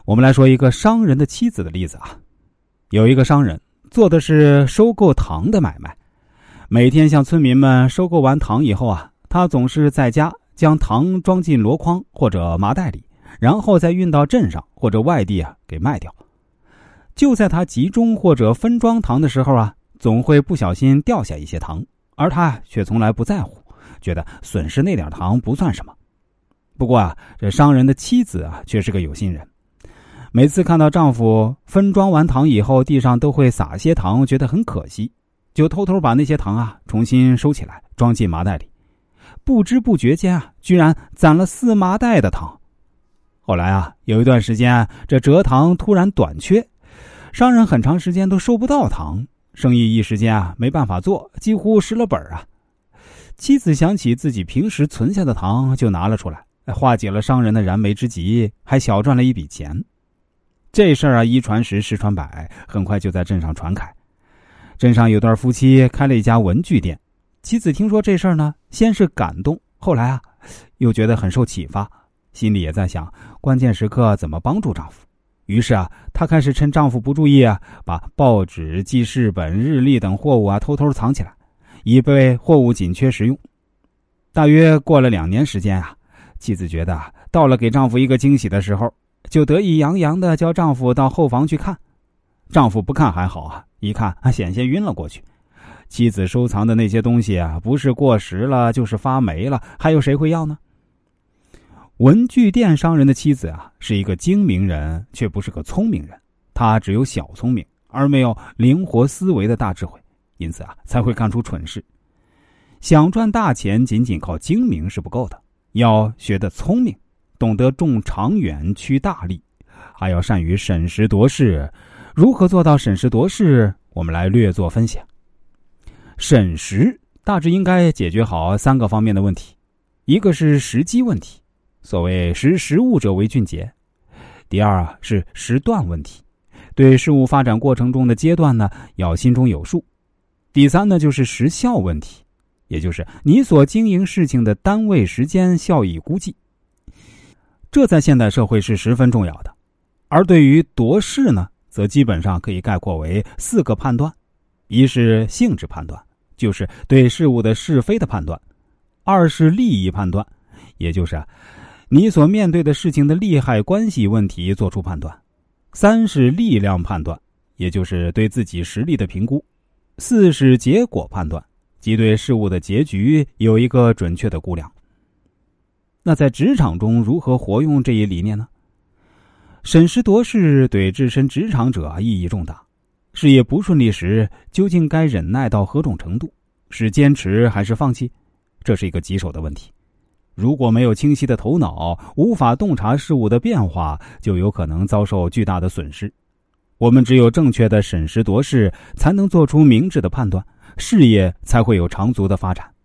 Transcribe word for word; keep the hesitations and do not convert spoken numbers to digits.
我们来说一个商人的妻子的例子啊。有一个商人做的是收购糖的买卖，每天向村民们收购完糖以后啊，他总是在家将糖装进箩筐或者麻袋里，然后再运到镇上或者外地啊给卖掉。就在他集中或者分装糖的时候啊，总会不小心掉下一些糖，而他却从来不在乎，觉得损失那点糖不算什么。不过啊，这商人的妻子啊却是个有心人，每次看到丈夫分装完糖以后地上都会撒些糖，觉得很可惜，就偷偷把那些糖啊重新收起来，装进麻袋里。不知不觉间啊，居然攒了四麻袋的糖。后来啊，有一段时间啊，这蔗糖突然短缺，商人很长时间都收不到糖，生意一时间啊没办法做，几乎失了本啊。妻子想起自己平时存下的糖，就拿了出来，化解了商人的燃眉之急，还小赚了一笔钱。这事儿啊，一传十，十传百，很快就在镇上传开。镇上有对夫妻开了一家文具店，妻子听说这事儿呢，先是感动，后来啊，又觉得很受启发，心里也在想，关键时刻怎么帮助丈夫。于是啊，她开始趁丈夫不注意啊，把报纸、记事本、日历等货物啊偷偷藏起来，以备货物紧缺时用。大约过了两年时间啊，妻子觉得到了给丈夫一个惊喜的时候，就得意洋洋地叫丈夫到后房去看。丈夫不看还好啊，一看啊险些晕了过去。妻子收藏的那些东西啊，不是过时了就是发霉了，还有谁会要呢？文具店商人的妻子啊，是一个精明人，却不是个聪明人。她只有小聪明，而没有灵活思维的大智慧，因此啊，才会干出蠢事。想赚大钱，仅仅靠精明是不够的，要学得聪明，懂得重长远趋大利，还要善于审时度势。如何做到审时度势，我们来略作分享。审时大致应该解决好三个方面的问题，一个是时机问题，所谓识时务者为俊杰。第二啊是时段问题，对事物发展过程中的阶段呢，要心中有数。第三呢就是时效问题，也就是你所经营事情的单位时间效益估计。这在现代社会是十分重要的。而对于度势呢，则基本上可以概括为四个判断。一是性质判断，就是对事物的是非的判断；二是利益判断，也就是你所面对的事情的利害关系问题做出判断；三是力量判断，也就是对自己实力的评估；四是结果判断，即对事物的结局有一个准确的估量。那在职场中如何活用这一理念呢？审时度势对置身职场者意义重大。事业不顺利时，究竟该忍耐到何种程度？是坚持还是放弃？这是一个棘手的问题。如果没有清晰的头脑，无法洞察事物的变化，就有可能遭受巨大的损失。我们只有正确的审时度势，才能做出明智的判断，事业才会有长足的发展。